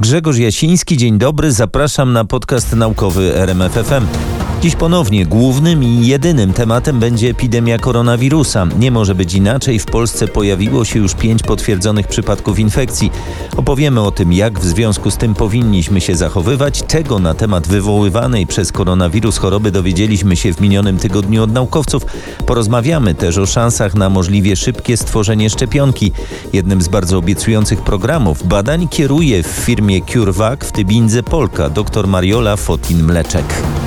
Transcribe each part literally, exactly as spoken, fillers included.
Grzegorz Jasiński, dzień dobry, zapraszam na podcast naukowy R M F F M. Dziś ponownie głównym i jedynym tematem będzie epidemia koronawirusa. Nie może być inaczej, w Polsce pojawiło się już pięć potwierdzonych przypadków infekcji. Opowiemy o tym, jak w związku z tym powinniśmy się zachowywać. Czego na temat wywoływanej przez koronawirus choroby dowiedzieliśmy się w minionym tygodniu od naukowców. Porozmawiamy też o szansach na możliwie szybkie stworzenie szczepionki. Jednym z bardzo obiecujących programów badań kieruje w firmie CureVac w Tybindze Polka dr Mariola Fotin-Mleczek.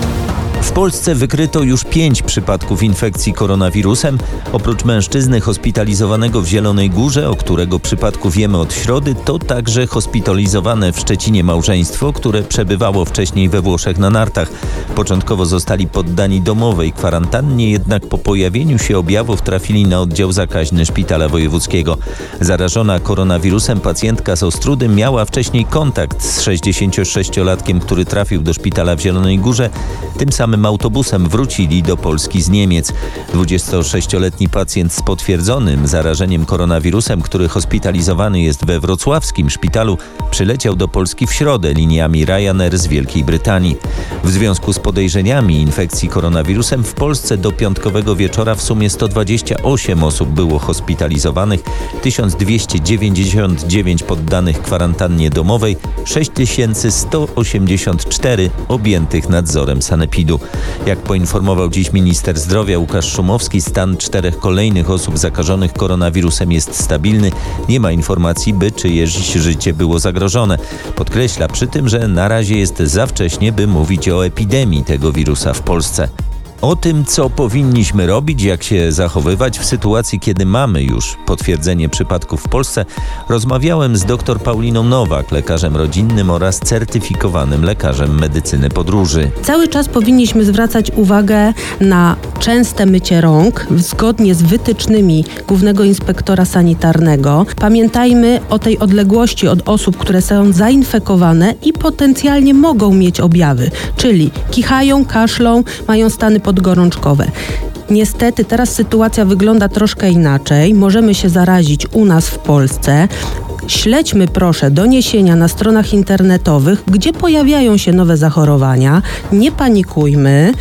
W Polsce wykryto już pięć przypadków infekcji koronawirusem. Oprócz mężczyzny hospitalizowanego w Zielonej Górze, o którego przypadku wiemy od środy, to także hospitalizowane w Szczecinie małżeństwo, które przebywało wcześniej we Włoszech na nartach. Początkowo zostali poddani domowej kwarantannie, jednak po pojawieniu się objawów trafili na oddział zakaźny Szpitala Wojewódzkiego. Zarażona koronawirusem pacjentka z Ostródy miała wcześniej kontakt z sześćdziesięciosześciolatkiem, który trafił do szpitala w Zielonej Górze. Tym samym autobusem wrócili do Polski z Niemiec. dwudziestosześcioletni pacjent z potwierdzonym zarażeniem koronawirusem, który hospitalizowany jest we wrocławskim szpitalu, przyleciał do Polski w środę liniami Ryanair z Wielkiej Brytanii. W związku z podejrzeniami infekcji koronawirusem w Polsce do piątkowego wieczora w sumie sto dwadzieścia osiem osób było hospitalizowanych, tysiąc dwieście dziewięćdziesiąt dziewięć poddanych kwarantannie domowej, sześć tysięcy sto osiemdziesiąt cztery objętych nadzorem sanepidu. Jak poinformował dziś minister zdrowia Łukasz Szumowski, stan czterech kolejnych osób zakażonych koronawirusem jest stabilny. Nie ma informacji, by czyjeś życie było zagrożone. Podkreśla przy tym, że na razie jest za wcześnie, by mówić o epidemii tego wirusa w Polsce. O tym, co powinniśmy robić, jak się zachowywać w sytuacji, kiedy mamy już potwierdzenie przypadków w Polsce, rozmawiałem z dr Pauliną Nowak, lekarzem rodzinnym oraz certyfikowanym lekarzem medycyny podróży. Cały czas powinniśmy zwracać uwagę na częste mycie rąk zgodnie z wytycznymi Głównego Inspektora Sanitarnego. Pamiętajmy o tej odległości od osób, które są zainfekowane i potencjalnie mogą mieć objawy, czyli kichają, kaszlą, mają stany podgorączkowe. Niestety teraz sytuacja wygląda troszkę inaczej. Możemy się zarazić u nas w Polsce. Śledźmy proszę doniesienia na stronach internetowych, gdzie pojawiają się nowe zachorowania. Nie panikujmy.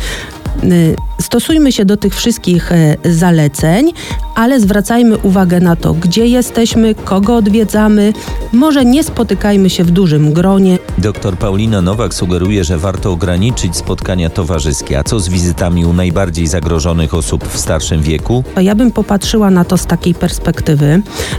Stosujmy się do tych wszystkich zaleceń, ale zwracajmy uwagę na to, gdzie jesteśmy, kogo odwiedzamy. Może nie spotykajmy się w dużym gronie. Doktor Paulina Nowak sugeruje, że warto ograniczyć spotkania towarzyskie. A co z wizytami u najbardziej zagrożonych osób w starszym wieku? Ja bym popatrzyła na to z takiej perspektywy.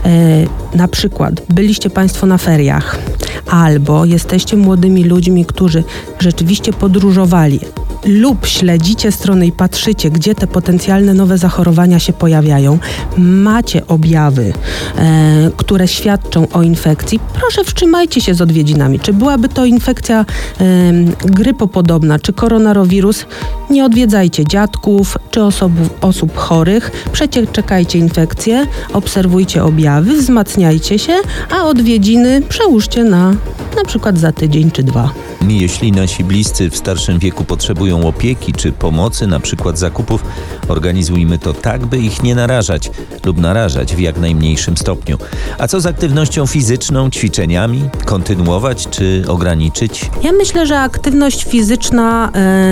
E, na przykład byliście Państwo na feriach albo jesteście młodymi ludźmi, którzy rzeczywiście podróżowali, lub śledzicie strony i patrzycie, gdzie te potencjalne nowe zachorowania się pojawiają, macie objawy, e, które świadczą o infekcji, proszę wstrzymajcie się z odwiedzinami. Czy byłaby to infekcja e, grypopodobna, czy koronawirus, nie odwiedzajcie dziadków, czy osób, osób chorych, przeczekajcie infekcję, obserwujcie objawy, wzmacniajcie się, a odwiedziny przełóżcie na na przykład za tydzień czy dwa. Jeśli nasi bliscy w starszym wieku potrzebują opieki czy pomocy, na przykład zakupów, organizujmy to tak, by ich nie narażać lub narażać w jak najmniejszym stopniu. A co z aktywnością fizyczną, ćwiczeniami? Kontynuować czy ograniczyć? Ja myślę, że aktywność fizyczna,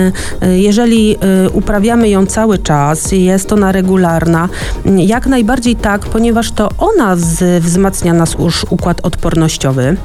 jeżeli uprawiamy ją cały czas, jest ona regularna, jak najbardziej tak, ponieważ to ona wzmacnia nasz układ odpornościowy.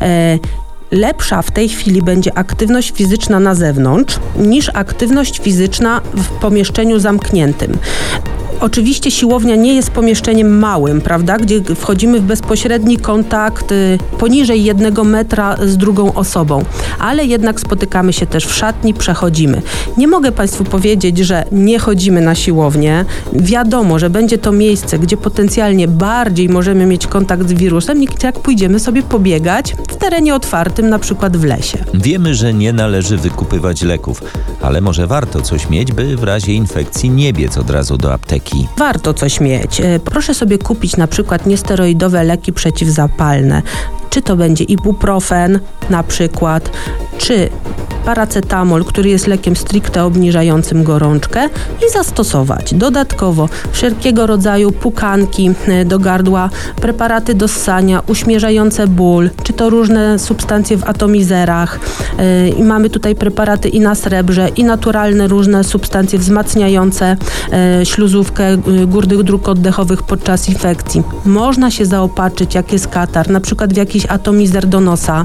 Lepsza w tej chwili będzie aktywność fizyczna na zewnątrz niż aktywność fizyczna w pomieszczeniu zamkniętym. Oczywiście siłownia nie jest pomieszczeniem małym, prawda, gdzie wchodzimy w bezpośredni kontakt y, poniżej jednego metra z drugą osobą, ale jednak spotykamy się też w szatni, przechodzimy. Nie mogę Państwu powiedzieć, że nie chodzimy na siłownię. Wiadomo, że będzie to miejsce, gdzie potencjalnie bardziej możemy mieć kontakt z wirusem, niż jak pójdziemy sobie pobiegać w terenie otwartym, na przykład w lesie. Wiemy, że nie należy wykupywać leków, ale może warto coś mieć, by w razie infekcji nie biec od razu do apteki. Warto coś mieć. Proszę sobie kupić na przykład niesteroidowe leki przeciwzapalne. Czy to będzie ibuprofen na przykład, czy paracetamol, który jest lekiem stricte obniżającym gorączkę i zastosować dodatkowo wszelkiego rodzaju pukanki do gardła, preparaty do ssania, uśmierzające ból, czy to różne substancje w atomizerach. I mamy tutaj preparaty i na srebrze, i naturalne różne substancje wzmacniające śluzówkę górnych dróg oddechowych podczas infekcji. Można się zaopatrzyć, jak jest katar, na przykład w jakiś atomizer do nosa,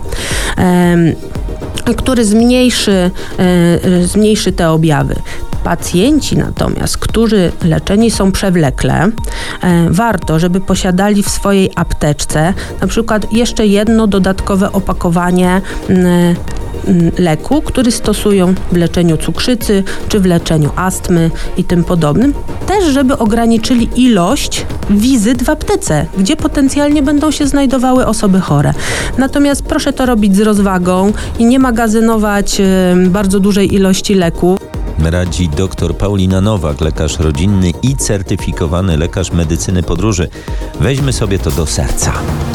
który zmniejszy, zmniejszy te objawy. Pacjenci natomiast, którzy leczeni są przewlekle, warto, żeby posiadali w swojej apteczce na przykład jeszcze jedno dodatkowe opakowanie leku, który stosują w leczeniu cukrzycy, czy w leczeniu astmy i tym podobnym. Też, żeby ograniczyli ilość wizyt w aptece, gdzie potencjalnie będą się znajdowały osoby chore. Natomiast proszę to robić z rozwagą i nie magazynować bardzo dużej ilości leku. Radzi dr Paulina Nowak, lekarz rodzinny i certyfikowany lekarz medycyny podróży. Weźmy sobie to do serca.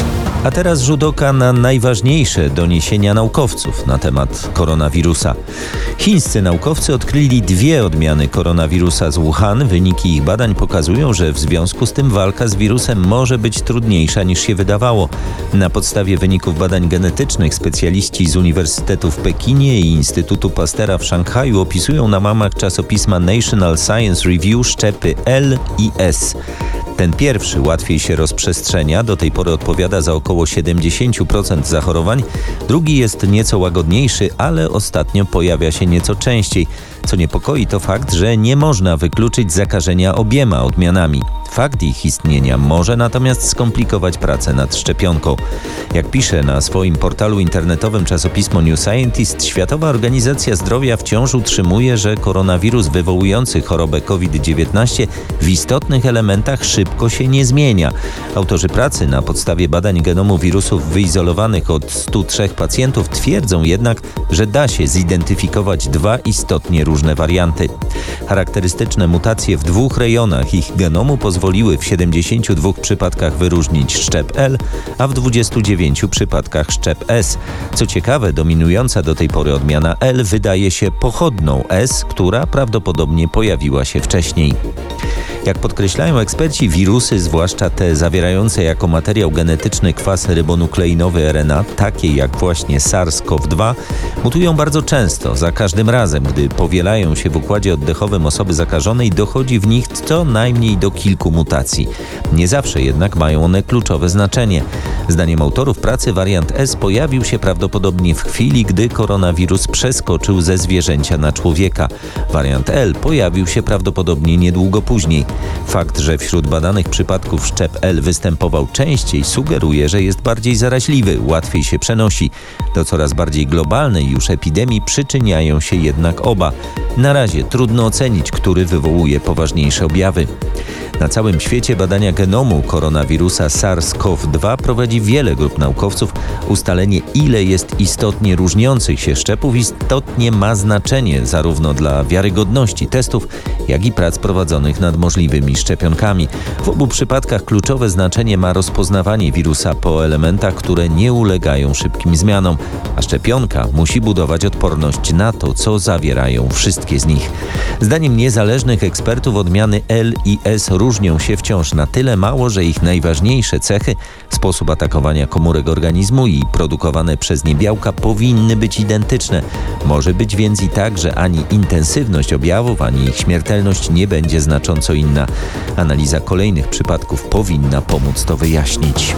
A teraz rzut oka na najważniejsze doniesienia naukowców na temat koronawirusa. Chińscy naukowcy odkryli dwie odmiany koronawirusa z Wuhan. Wyniki ich badań pokazują, że w związku z tym walka z wirusem może być trudniejsza niż się wydawało. Na podstawie wyników badań genetycznych specjaliści z Uniwersytetu w Pekinie i Instytutu Pastera w Szanghaju opisują na łamach czasopisma National Science Review szczepy L i S. Ten pierwszy łatwiej się rozprzestrzenia, do tej pory odpowiada za około siedemdziesiąt procent zachorowań. Drugi jest nieco łagodniejszy, ale ostatnio pojawia się nieco częściej. Co niepokoi, to fakt, że nie można wykluczyć zakażenia obiema odmianami. Fakt ich istnienia może natomiast skomplikować pracę nad szczepionką. Jak pisze na swoim portalu internetowym czasopismo New Scientist, Światowa Organizacja Zdrowia wciąż utrzymuje, że koronawirus wywołujący chorobę COVID dziewiętnaście w istotnych elementach szybko się nie zmienia. Autorzy pracy na podstawie badań genomu wirusów wyizolowanych od stu trzech pacjentów twierdzą jednak, że da się zidentyfikować dwa istotnie różne warianty. Charakterystyczne mutacje w dwóch rejonach ich genomu pozwoliły w siedemdziesięciu dwóch przypadkach wyróżnić szczep L, a w dwudziestu dziewięciu przypadkach szczep S. Co ciekawe, dominująca do tej pory odmiana L wydaje się pochodną S, która prawdopodobnie pojawiła się wcześniej. Jak podkreślają eksperci, wirusy, zwłaszcza te zawierające jako materiał genetyczny kwas rybonukleinowy R N A, takie jak właśnie SARS-CoV dwa, mutują bardzo często. Za każdym razem, gdy powielają się w układzie oddechowym osoby zakażonej, dochodzi w nich co najmniej do kilku mutacji. Nie zawsze jednak mają one kluczowe znaczenie. Zdaniem autorów pracy wariant S pojawił się prawdopodobnie w chwili, gdy koronawirus przeskoczył ze zwierzęcia na człowieka. Wariant L pojawił się prawdopodobnie niedługo później. Fakt, że wśród badanych przypadków szczep L występował częściej, sugeruje, że jest bardziej zaraźliwy, łatwiej się przenosi. Do coraz bardziej globalnej już epidemii przyczyniają się jednak oba. Na razie trudno ocenić, który wywołuje poważniejsze objawy. Na całym świecie badania genomu koronawirusa SARS-CoV dwa prowadzi wiele grup naukowców. Ustalenie, ile jest istotnie różniących się szczepów, istotnie ma znaczenie zarówno dla wiarygodności testów, jak i prac prowadzonych nad możliwymi szczepionkami. W obu przypadkach kluczowe znaczenie ma rozpoznawanie wirusa po elementach, które nie ulegają szybkim zmianom, a szczepionka musi budować odporność na to, co zawierają wszystkie z nich. Zdaniem niezależnych ekspertów odmiany L i S różnią się wciąż na tyle mało, że ich najważniejsze cechy, sposób atakowania komórek organizmu i produkowane przez nie białka powinny być identyczne. Może być więc i tak, że ani intensywność objawów, ani ich śmiertelność nie będzie znacząco inna. Analiza kolejnych przypadków powinna pomóc to wyjaśnić.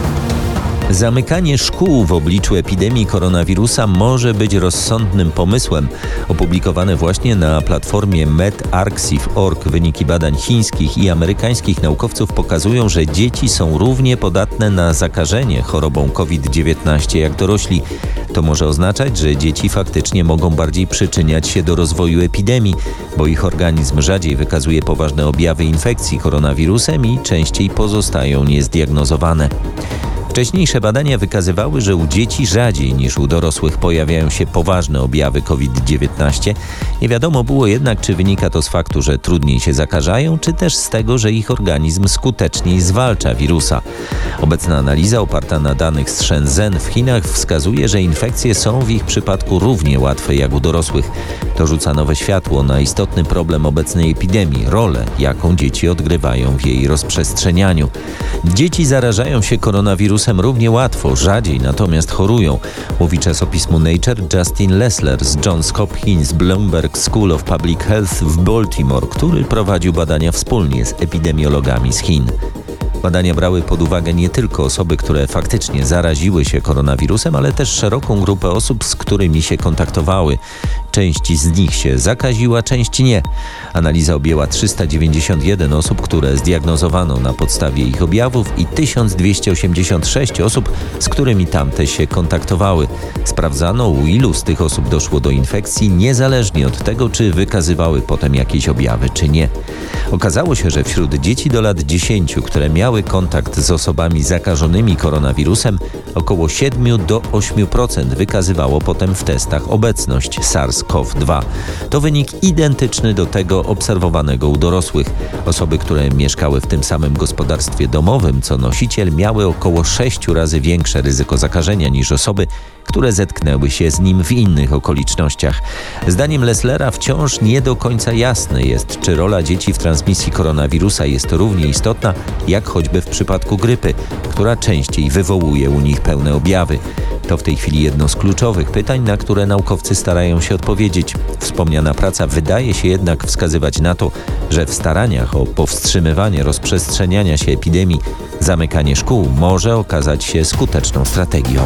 Zamykanie szkół w obliczu epidemii koronawirusa może być rozsądnym pomysłem. Opublikowane właśnie na platformie medarxiv kropka org wyniki badań chińskich i amerykańskich naukowców pokazują, że dzieci są równie podatne na zakażenie chorobą COVID dziewiętnaście jak dorośli. To może oznaczać, że dzieci faktycznie mogą bardziej przyczyniać się do rozwoju epidemii, bo ich organizm rzadziej wykazuje poważne objawy infekcji koronawirusem i częściej pozostają niezdiagnozowane. Wcześniejsze badania wykazywały, że u dzieci rzadziej niż u dorosłych pojawiają się poważne objawy COVID dziewiętnaście. Nie wiadomo było jednak, czy wynika to z faktu, że trudniej się zakażają, czy też z tego, że ich organizm skuteczniej zwalcza wirusa. Obecna analiza oparta na danych z Shenzhen w Chinach wskazuje, że infekcje są w ich przypadku równie łatwe jak u dorosłych. To rzuca nowe światło na istotny problem obecnej epidemii, rolę, jaką dzieci odgrywają w jej rozprzestrzenianiu. Dzieci zarażają się koronawirusem równie łatwo, rzadziej natomiast chorują, mówi czasopismu Nature Justin Lessler z Johns Hopkins Bloomberg School of Public Health w Baltimore, który prowadził badania wspólnie z epidemiologami z Chin. Badania brały pod uwagę nie tylko osoby, które faktycznie zaraziły się koronawirusem, ale też szeroką grupę osób, z którymi się kontaktowały. Część z nich się zakaziła, część nie. Analiza objęła trzysta dziewięćdziesiąt jeden osób, które zdiagnozowano na podstawie ich objawów i tysiąc dwieście osiemdziesiąt sześć osób, z którymi tamte się kontaktowały. Sprawdzano, u ilu z tych osób doszło do infekcji, niezależnie od tego, czy wykazywały potem jakieś objawy, czy nie. Okazało się, że wśród dzieci do lat dziesięciu, które miały kontakt z osobami zakażonymi koronawirusem, około siedem do ośmiu procent wykazywało potem w testach obecność SARS-C o V dwa. To wynik identyczny do tego obserwowanego u dorosłych. Osoby, które mieszkały w tym samym gospodarstwie domowym co nosiciel, miały około sześciu razy większe ryzyko zakażenia niż osoby, które zetknęły się z nim w innych okolicznościach. Zdaniem Lesslera wciąż nie do końca jasne jest, czy rola dzieci w transmisji koronawirusa jest równie istotna, jak choćby w przypadku grypy, która częściej wywołuje u nich pełne objawy. To w tej chwili jedno z kluczowych pytań, na które naukowcy starają się odpowiedzieć. Wspomniana praca wydaje się jednak wskazywać na to, że w staraniach o powstrzymywanie rozprzestrzeniania się epidemii zamykanie szkół może okazać się skuteczną strategią.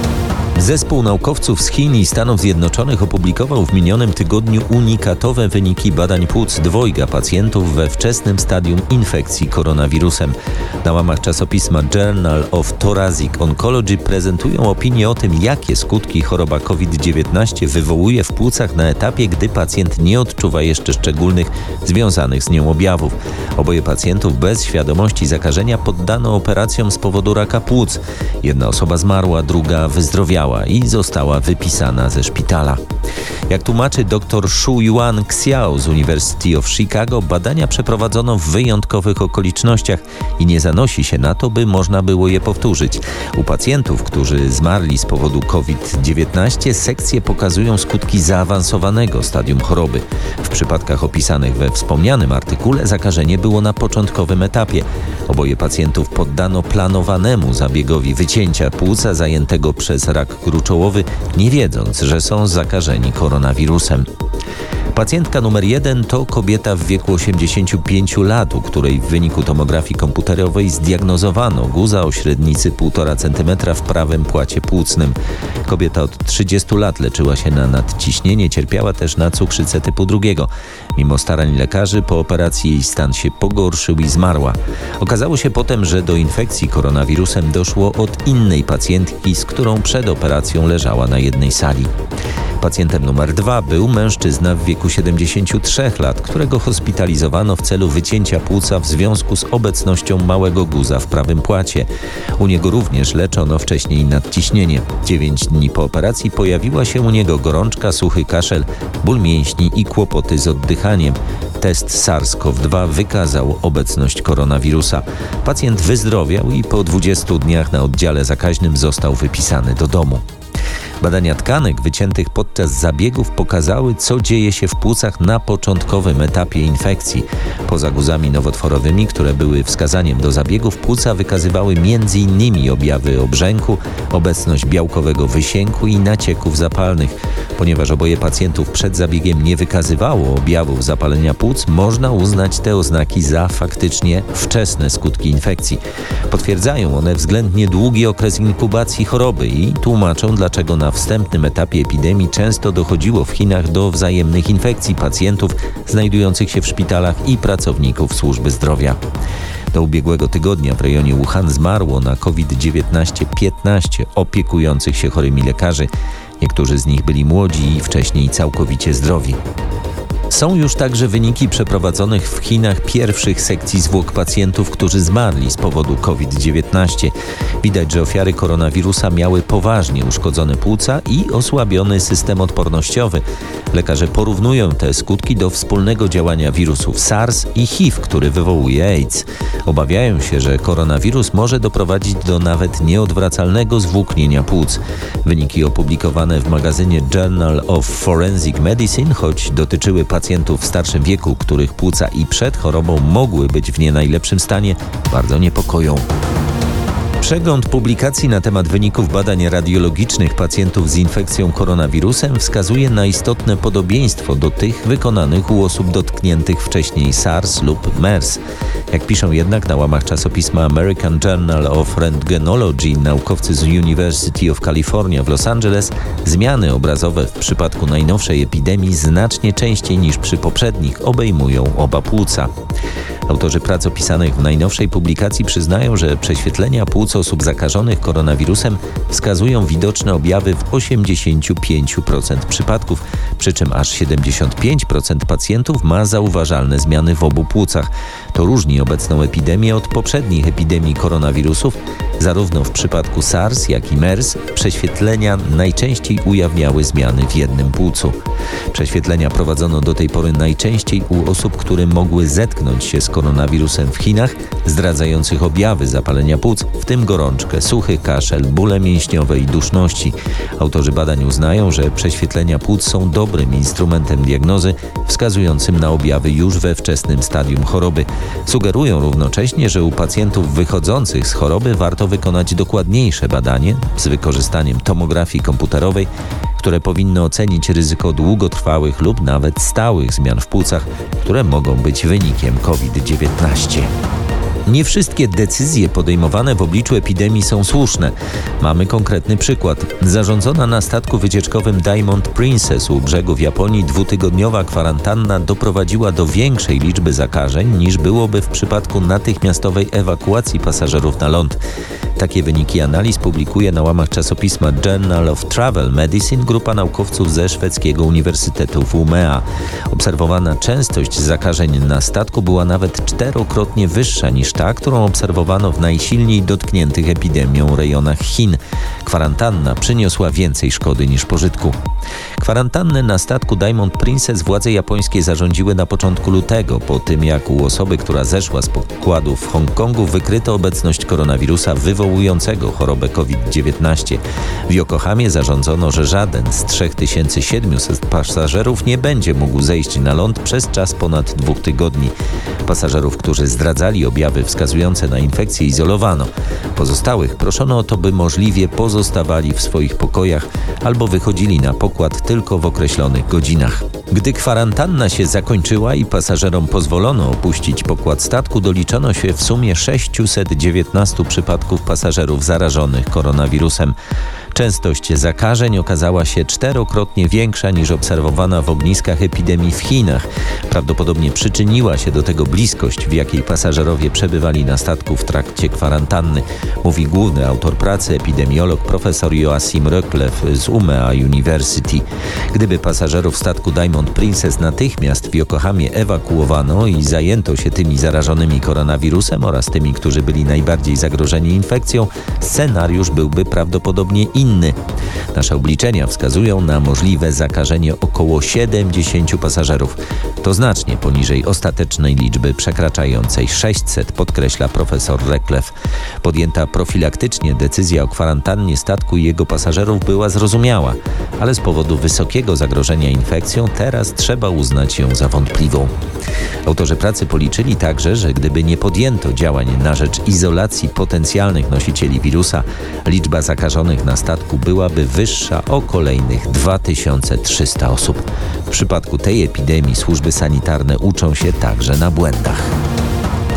Zespół naukowców z Chin i Stanów Zjednoczonych opublikował w minionym tygodniu unikatowe wyniki badań płuc dwojga pacjentów we wczesnym stadium infekcji koronawirusem. Na łamach czasopisma Journal of Thoracic Oncology prezentują opinię o tym, jakie skutki choroba COVID dziewiętnaście wywołuje w płucach na etapie, gdy pacjent nie odczuwa jeszcze szczególnych związanych z nią objawów. Oboje pacjentów bez świadomości zakażenia poddano operacjom z powodu raka płuc. Jedna osoba zmarła, druga wyzdrowiała i została wypisana ze szpitala. Jak tłumaczy dr Shu Yuan Xiao z University of Chicago, badania przeprowadzono w wyjątkowych okolicznościach i nie zanosi się na to, by można było je powtórzyć. U pacjentów, którzy zmarli z powodu COVID dziewiętnaście, sekcje pokazują skutki zaawansowanego stadium choroby. W przypadkach opisanych we wspomnianym artykule zakażenie było na początkowym etapie. Oboje pacjentów poddano planowanemu zabiegowi wycięcia płuca zajętego przez rak gruczołowy, nie wiedząc, że są zakażeni koronawirusem. Pacjentka numer jeden to kobieta w wieku osiemdziesięciu pięciu lat, u której w wyniku tomografii komputerowej zdiagnozowano guza o średnicy półtora centymetra w prawym płacie płucnym. Kobieta od trzydziestu lat leczyła się na nadciśnienie, cierpiała też na cukrzycę typu drugiego. Mimo starań lekarzy po operacji jej stan się pogorszył i zmarła. Okazało się potem, że do infekcji koronawirusem doszło od innej pacjentki, z którą przed operacją leżała na jednej sali. Pacjentem numer dwa był mężczyzna w wieku siedemdziesięciu trzech lat, którego hospitalizowano w celu wycięcia płuca w związku z obecnością małego guza w prawym płacie. U niego również leczono wcześniej nadciśnienie. Dziewięć dni po operacji pojawiła się u niego gorączka, suchy kaszel, ból mięśni i kłopoty z oddychaniem. Test SARS-C o V dwa wykazał obecność koronawirusa. Pacjent wyzdrowiał i po dwudziestu dniach na oddziale zakaźnym został wypisany do domu. Badania tkanek wyciętych podczas zabiegów pokazały, co dzieje się w płucach na początkowym etapie infekcji. Poza guzami nowotworowymi, które były wskazaniem do zabiegów, płuca wykazywały między innymi objawy obrzęku, obecność białkowego wysięku i nacieków zapalnych. Ponieważ oboje pacjentów przed zabiegiem nie wykazywało objawów zapalenia płuc, można uznać te oznaki za faktycznie wczesne skutki infekcji. Potwierdzają one względnie długi okres inkubacji choroby i tłumaczą, dlaczego na wstępnym etapie epidemii często dochodziło w Chinach do wzajemnych infekcji pacjentów znajdujących się w szpitalach i pracowników służby zdrowia. Do ubiegłego tygodnia w rejonie Wuhan zmarło na COVID dziewiętnaście piętnaście opiekujących się chorymi lekarzy. Niektórzy z nich byli młodzi i wcześniej całkowicie zdrowi. Są już także wyniki przeprowadzonych w Chinach pierwszych sekcji zwłok pacjentów, którzy zmarli z powodu COVID dziewiętnaście. Widać, że ofiary koronawirusa miały poważnie uszkodzone płuca i osłabiony system odpornościowy. Lekarze porównują te skutki do wspólnego działania wirusów SARS i H I V, który wywołuje AIDS. Obawiają się, że koronawirus może doprowadzić do nawet nieodwracalnego zwłóknienia płuc. Wyniki opublikowane w magazynie Journal of Forensic Medicine, choć dotyczyły pacjentów w starszym wieku, których płuca i przed chorobą mogły być w nie najlepszym stanie, bardzo niepokoją. Przegląd publikacji na temat wyników badań radiologicznych pacjentów z infekcją koronawirusem wskazuje na istotne podobieństwo do tych wykonanych u osób dotkniętych wcześniej SARS lub MERS. Jak piszą jednak na łamach czasopisma American Journal of Rentgenology naukowcy z University of California w Los Angeles, zmiany obrazowe w przypadku najnowszej epidemii znacznie częściej niż przy poprzednich obejmują oba płuca. Autorzy prac opisanych w najnowszej publikacji przyznają, że prześwietlenia płuc osób zakażonych koronawirusem wskazują widoczne objawy w osiemdziesiąt pięć procent przypadków, przy czym aż siedemdziesiąt pięć procent pacjentów ma zauważalne zmiany w obu płucach. To różni obecną epidemię od poprzednich epidemii koronawirusów. Zarówno w przypadku SARS, jak i MERS prześwietlenia najczęściej ujawniały zmiany w jednym płucu. Prześwietlenia prowadzono do tej pory najczęściej u osób, które mogły zetknąć się z koronawirusem w Chinach, zdradzających objawy zapalenia płuc, w tym gorączkę, suchy kaszel, bóle mięśniowe i duszności. Autorzy badań uznają, że prześwietlenia płuc są dobrym instrumentem diagnozy, wskazującym na objawy już we wczesnym stadium choroby. Sugerują równocześnie, że u pacjentów wychodzących z choroby warto wykonać dokładniejsze badanie z wykorzystaniem tomografii komputerowej, które powinno ocenić ryzyko długotrwałych lub nawet stałych zmian w płucach, które mogą być wynikiem COVID dziewiętnaście. Nie wszystkie decyzje podejmowane w obliczu epidemii są słuszne. Mamy konkretny przykład. Zarządzona na statku wycieczkowym Diamond Princess u brzegów Japonii dwutygodniowa kwarantanna doprowadziła do większej liczby zakażeń niż byłoby w przypadku natychmiastowej ewakuacji pasażerów na ląd. Takie wyniki analiz publikuje na łamach czasopisma Journal of Travel Medicine grupa naukowców ze szwedzkiego Uniwersytetu w Umeå. Obserwowana częstość zakażeń na statku była nawet czterokrotnie wyższa niż ta, którą obserwowano w najsilniej dotkniętych epidemią rejonach Chin. Kwarantanna przyniosła więcej szkody niż pożytku. Kwarantannę na statku Diamond Princess władze japońskie zarządziły na początku lutego, po tym jak u osoby, która zeszła z pokładu w Hongkongu, wykryto obecność koronawirusa wywołującego chorobę COVID dziewiętnaście. W Yokohamie zarządzono, że żaden z trzy tysiące siedemset pasażerów nie będzie mógł zejść na ląd przez czas ponad dwóch tygodni. Pasażerów, którzy zdradzali objawy wskazujące na infekcję, izolowano. Pozostałych proszono o to, by możliwie pozostawali w swoich pokojach albo wychodzili na pokład tylko w określonych godzinach. Gdy kwarantanna się zakończyła i pasażerom pozwolono opuścić pokład statku, doliczono się w sumie sześćset dziewiętnaście przypadków pasażerów zarażonych koronawirusem. Częstość zakażeń okazała się czterokrotnie większa niż obserwowana w ogniskach epidemii w Chinach. Prawdopodobnie przyczyniła się do tego bliskość, w jakiej pasażerowie przebywali na statku w trakcie kwarantanny, mówi główny autor pracy, epidemiolog profesor Joachim Röckleff z Umeå University. Gdyby pasażerów statku Diamond Princess natychmiast w Yokohamie ewakuowano i zajęto się tymi zarażonymi koronawirusem oraz tymi, którzy byli najbardziej zagrożeni infekcją, scenariusz byłby prawdopodobnie inny. Nasze obliczenia wskazują na możliwe zakażenie około siedemdziesięciu pasażerów. To znacznie poniżej ostatecznej liczby przekraczającej sześćset, podkreśla profesor Röckleff. Podjęta profilaktycznie decyzja o kwarantannie statku i jego pasażerów była zrozumiała, ale z powodu wysokiego zagrożenia infekcją teraz trzeba uznać ją za wątpliwą. Autorzy pracy policzyli także, że gdyby nie podjęto działań na rzecz izolacji potencjalnych nosicieli wirusa, liczba zakażonych na statku byłaby wyższa o kolejnych dwa tysiące trzysta osób. W przypadku tej epidemii służby sanitarne uczą się także na błędach.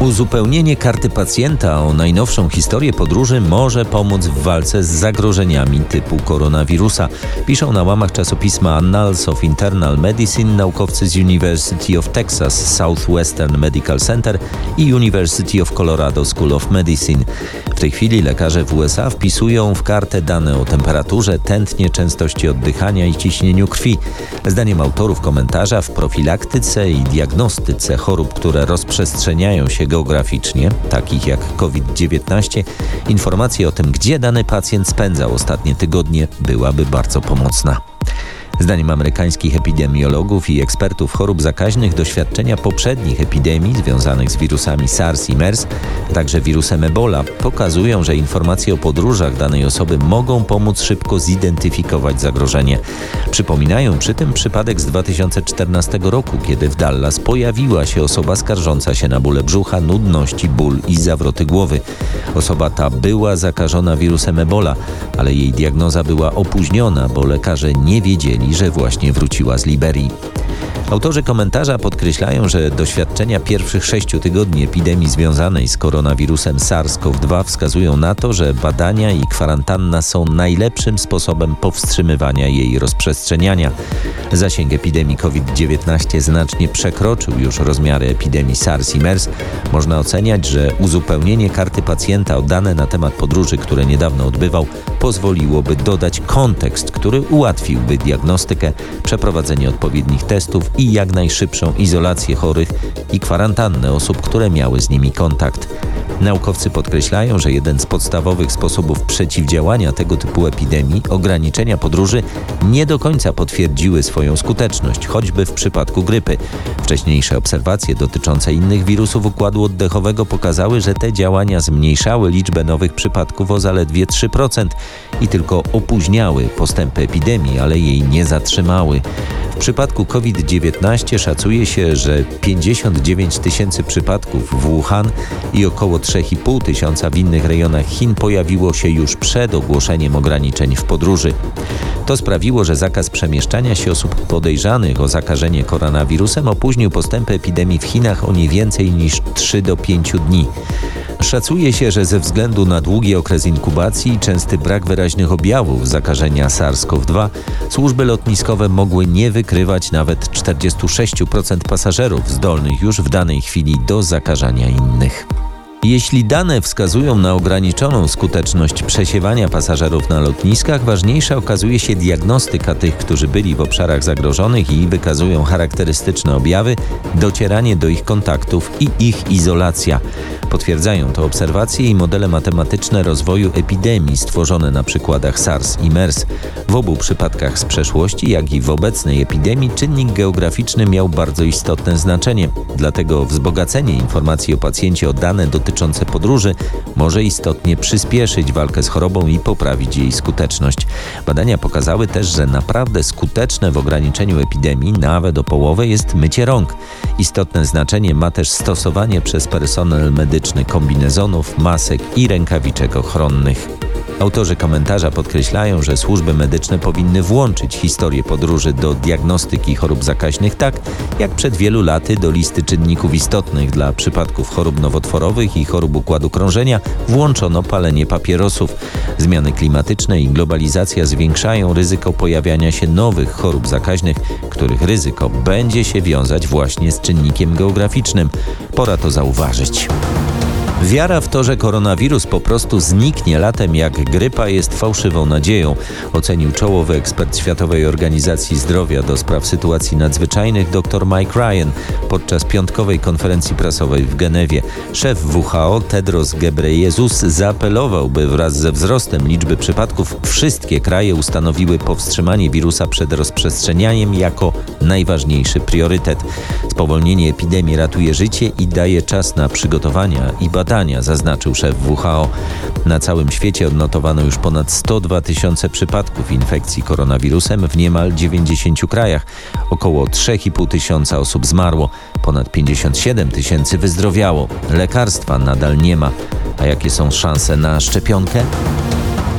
Uzupełnienie karty pacjenta o najnowszą historię podróży może pomóc w walce z zagrożeniami typu koronawirusa. Piszą na łamach czasopisma Annals of Internal Medicine naukowcy z University of Texas Southwestern Medical Center i University of Colorado School of Medicine. W tej chwili lekarze w U S A wpisują w kartę dane o temperaturze, tętnie, częstości oddychania i ciśnieniu krwi. Zdaniem autorów komentarza w profilaktyce i diagnostyce chorób, które rozprzestrzeniają się geograficznie, takich jak COVID dziewiętnaście, informacja o tym, gdzie dany pacjent spędzał ostatnie tygodnie, byłaby bardzo pomocna. Zdaniem amerykańskich epidemiologów i ekspertów chorób zakaźnych doświadczenia poprzednich epidemii związanych z wirusami SARS i MERS, a także wirusem Ebola, pokazują, że informacje o podróżach danej osoby mogą pomóc szybko zidentyfikować zagrożenie. Przypominają przy tym przypadek z dwa tysiące czternastego roku, kiedy w Dallas pojawiła się osoba skarżąca się na bóle brzucha, nudności, ból i zawroty głowy. Osoba ta była zakażona wirusem Ebola, ale jej diagnoza była opóźniona, bo lekarze nie wiedzieli, że właśnie wróciła z Liberii. Autorzy komentarza podkreślają, że doświadczenia pierwszych sześciu tygodni epidemii związanej z koronawirusem SARS-CoV dwa wskazują na to, że badania i kwarantanna są najlepszym sposobem powstrzymywania jej rozprzestrzeniania. Zasięg epidemii COVID dziewiętnaście znacznie przekroczył już rozmiary epidemii SARS i MERS. Można oceniać, że uzupełnienie karty pacjenta o dane na temat podróży, które niedawno odbywał, pozwoliłoby dodać kontekst, który ułatwiłby diagnostykę, przeprowadzenie odpowiednich testów i jak najszybszą izolację chorych i kwarantannę osób, które miały z nimi kontakt. Naukowcy podkreślają, że jeden z podstawowych sposobów przeciwdziałania tego typu epidemii, ograniczenia podróży, nie do końca potwierdziły swoją skuteczność, choćby w przypadku grypy. Wcześniejsze obserwacje dotyczące innych wirusów układu oddechowego pokazały, że te działania zmniejszały liczbę nowych przypadków o zaledwie trzy procent i tylko opóźniały postępy epidemii, ale jej nie zatrzymały. W przypadku COVID dziewiętnaście szacuje się, że pięćdziesiąt dziewięć tysięcy przypadków w Wuhan i około trzy i pół tysiąca w innych rejonach Chin pojawiło się już przed ogłoszeniem ograniczeń w podróży. To sprawiło, że zakaz przemieszczania się osób podejrzanych o zakażenie koronawirusem opóźnił postępy epidemii w Chinach o nie więcej niż trzy do pięciu dni. Szacuje się, że ze względu na długi okres inkubacji i częsty brak wyraźnych objawów zakażenia SARS-CoV dwa służby lotniskowe mogły nie wykrywać nawet czterdzieści sześć procent pasażerów zdolnych już w danej chwili do zakażania innych. Jeśli dane wskazują na ograniczoną skuteczność przesiewania pasażerów na lotniskach, ważniejsza okazuje się diagnostyka tych, którzy byli w obszarach zagrożonych i wykazują charakterystyczne objawy, docieranie do ich kontaktów i ich izolacja. Potwierdzają to obserwacje i modele matematyczne rozwoju epidemii stworzone na przykładach SARS i MERS. W obu przypadkach z przeszłości, jak i w obecnej epidemii czynnik geograficzny miał bardzo istotne znaczenie. Dlatego wzbogacenie informacji o pacjencie o dane dotyczące podróży może istotnie przyspieszyć walkę z chorobą i poprawić jej skuteczność. Badania pokazały też, że naprawdę skuteczne w ograniczeniu epidemii, nawet o połowę, jest mycie rąk. Istotne znaczenie ma też stosowanie przez personel medyczny kombinezonów, masek i rękawiczek ochronnych. Autorzy komentarza podkreślają, że służby medyczne powinny włączyć historię podróży do diagnostyki chorób zakaźnych tak, jak przed wielu laty do listy czynników istotnych dla przypadków chorób nowotworowych i chorób układu krążenia włączono palenie papierosów. Zmiany klimatyczne i globalizacja zwiększają ryzyko pojawiania się nowych chorób zakaźnych, których ryzyko będzie się wiązać właśnie z czynnikiem geograficznym. Pora to zauważyć. Wiara w to, że koronawirus po prostu zniknie latem jak grypa, jest fałszywą nadzieją, ocenił czołowy ekspert Światowej Organizacji Zdrowia do spraw sytuacji nadzwyczajnych dr Mike Ryan podczas piątkowej konferencji prasowej w Genewie. Szef W H O Tedros Ghebreyesus zaapelował, by wraz ze wzrostem liczby przypadków wszystkie kraje ustanowiły powstrzymanie wirusa przed rozprzestrzenianiem jako najważniejszy priorytet. Spowolnienie epidemii ratuje życie i daje czas na przygotowania i badania, zaznaczył szef W H O. Na całym świecie odnotowano już ponad sto dwa tysiące przypadków infekcji koronawirusem w niemal dziewięćdziesięciu krajach. Około trzy i pół tysiąca osób zmarło, ponad pięćdziesiąt siedem tysięcy wyzdrowiało. Lekarstwa nadal nie ma. A jakie są szanse na szczepionkę?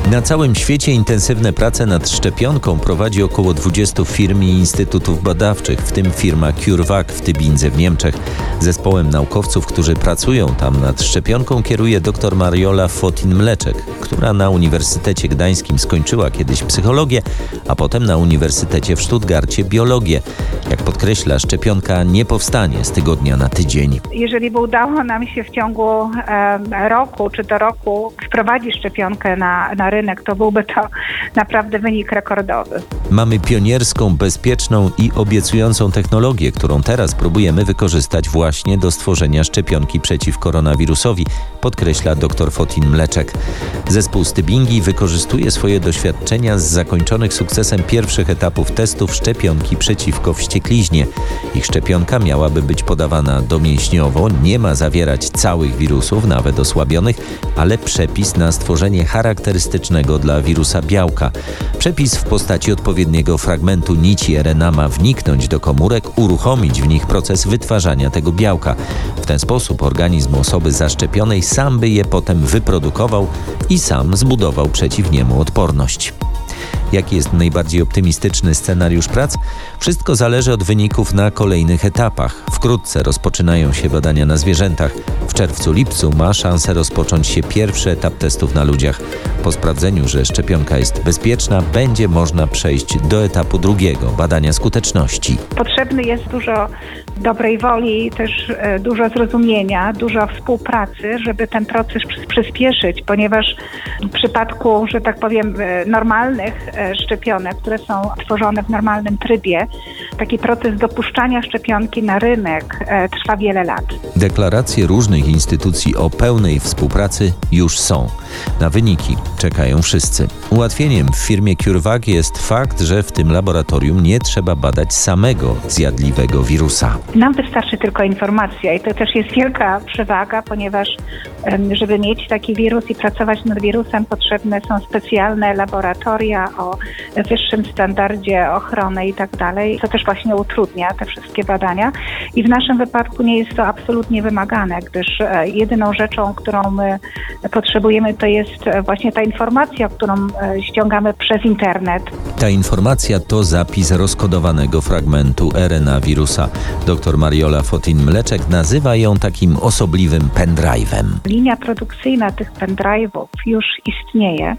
Na całym świecie intensywne prace nad szczepionką prowadzi około dwudziestu firm i instytutów badawczych, w tym firma CureVac w Tybindze w Niemczech. Zespołem naukowców, którzy pracują tam nad szczepionką, kieruje dr Mariola Fotin-Mleczek, która na Uniwersytecie Gdańskim skończyła kiedyś psychologię, a potem na Uniwersytecie w Stuttgarcie biologię. Jak podkreśla, szczepionka nie powstanie z tygodnia na tydzień. Jeżeli by udało nam się w ciągu e, roku czy do roku wprowadzić szczepionkę na, na rynek, to byłby to naprawdę wynik rekordowy. Mamy pionierską, bezpieczną i obiecującą technologię, którą teraz próbujemy wykorzystać właśnie do stworzenia szczepionki przeciw koronawirusowi, podkreśla dr Fotin-Mleczek. Zespół z Tybingi wykorzystuje swoje doświadczenia z zakończonych sukcesem pierwszych etapów testów szczepionki przeciwko wściekliźnie. Ich szczepionka miałaby być podawana domięśniowo, nie ma zawierać całych wirusów, nawet osłabionych, ale przepis na stworzenie charakterystycznego dla wirusa białka. Przepis w postaci odpowiedniego fragmentu nici R N A ma wniknąć do komórek, uruchomić w nich proces wytwarzania tego białka. W ten sposób organizm osoby zaszczepionej sam by je potem wyprodukował i sam zbudował przeciw niemu odporność. Jaki jest najbardziej optymistyczny scenariusz prac? Wszystko zależy od wyników na kolejnych etapach. Wkrótce rozpoczynają się badania na zwierzętach. W czerwcu-lipcu ma szansę rozpocząć się pierwszy etap testów na ludziach. Po sprawdzeniu, że szczepionka jest bezpieczna, będzie można przejść do etapu drugiego, badania skuteczności. Potrzebny jest dużo dobrej woli, też dużo zrozumienia, dużo współpracy, żeby ten proces przyspieszyć, ponieważ w przypadku, że tak powiem, normalnych szczepionek, które są tworzone w normalnym trybie, taki proces dopuszczania szczepionki na rynek trwa wiele lat. Deklaracje różnych instytucji o pełnej współpracy już są. Na wyniki czekają wszyscy. Ułatwieniem w firmie CureVac jest fakt, że w tym laboratorium nie trzeba badać samego zjadliwego wirusa. Nam wystarczy tylko informacja i to też jest wielka przewaga, ponieważ żeby mieć taki wirus i pracować nad wirusem, potrzebne są specjalne laboratoria o wyższym standardzie ochrony i tak dalej. To też właśnie utrudnia te wszystkie badania i w naszym wypadku nie jest to absolutnie wymagane, gdyż jedyną rzeczą, którą my potrzebujemy, to jest właśnie ta informacja, którą ściągamy przez internet. Ta informacja to zapis rozkodowanego fragmentu R N A wirusa. Dr Mariola Fotin-Mleczek nazywa ją takim osobliwym pendrive'em. Linia produkcyjna tych pendrive'ów już istnieje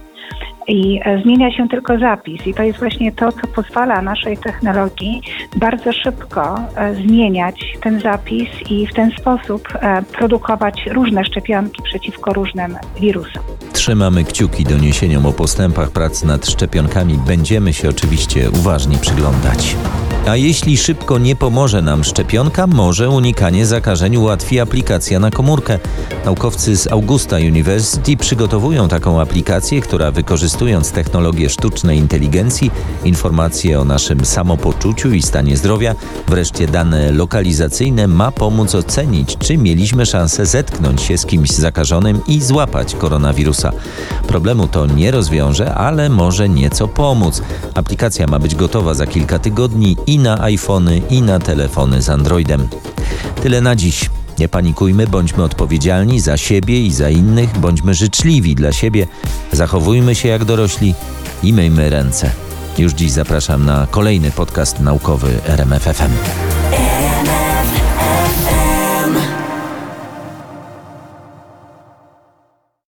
i zmienia się tylko zapis. I to jest właśnie to, co pozwala naszej technologii bardzo szybko zmieniać ten zapis i w ten sposób produkować różne szczepionki przeciwko różnym wirusom. Trzymamy kciuki doniesieniom o postępach prac nad szczepionkami. Będziemy się oczywiście uważnie przyglądać. A jeśli szybko nie pomoże nam szczepionka, może unikanie zakażeń ułatwi aplikacja na komórkę. Naukowcy z Augusta University przygotowują taką aplikację, która wykorzystując technologię sztucznej inteligencji, informacje o naszym samopoczuciu i stanie zdrowia, wreszcie dane lokalizacyjne, ma pomóc ocenić, czy mieliśmy szansę zetknąć się z kimś zakażonym i złapać koronawirusa. Problemu to nie rozwiąże, ale może nieco pomóc. Aplikacja ma być gotowa za kilka tygodni i na iPhony, i na telefony z Androidem. Tyle na dziś. Nie panikujmy, bądźmy odpowiedzialni za siebie i za innych, bądźmy życzliwi dla siebie, zachowujmy się jak dorośli i myjmy ręce. Już dziś zapraszam na kolejny podcast naukowy R M F F M.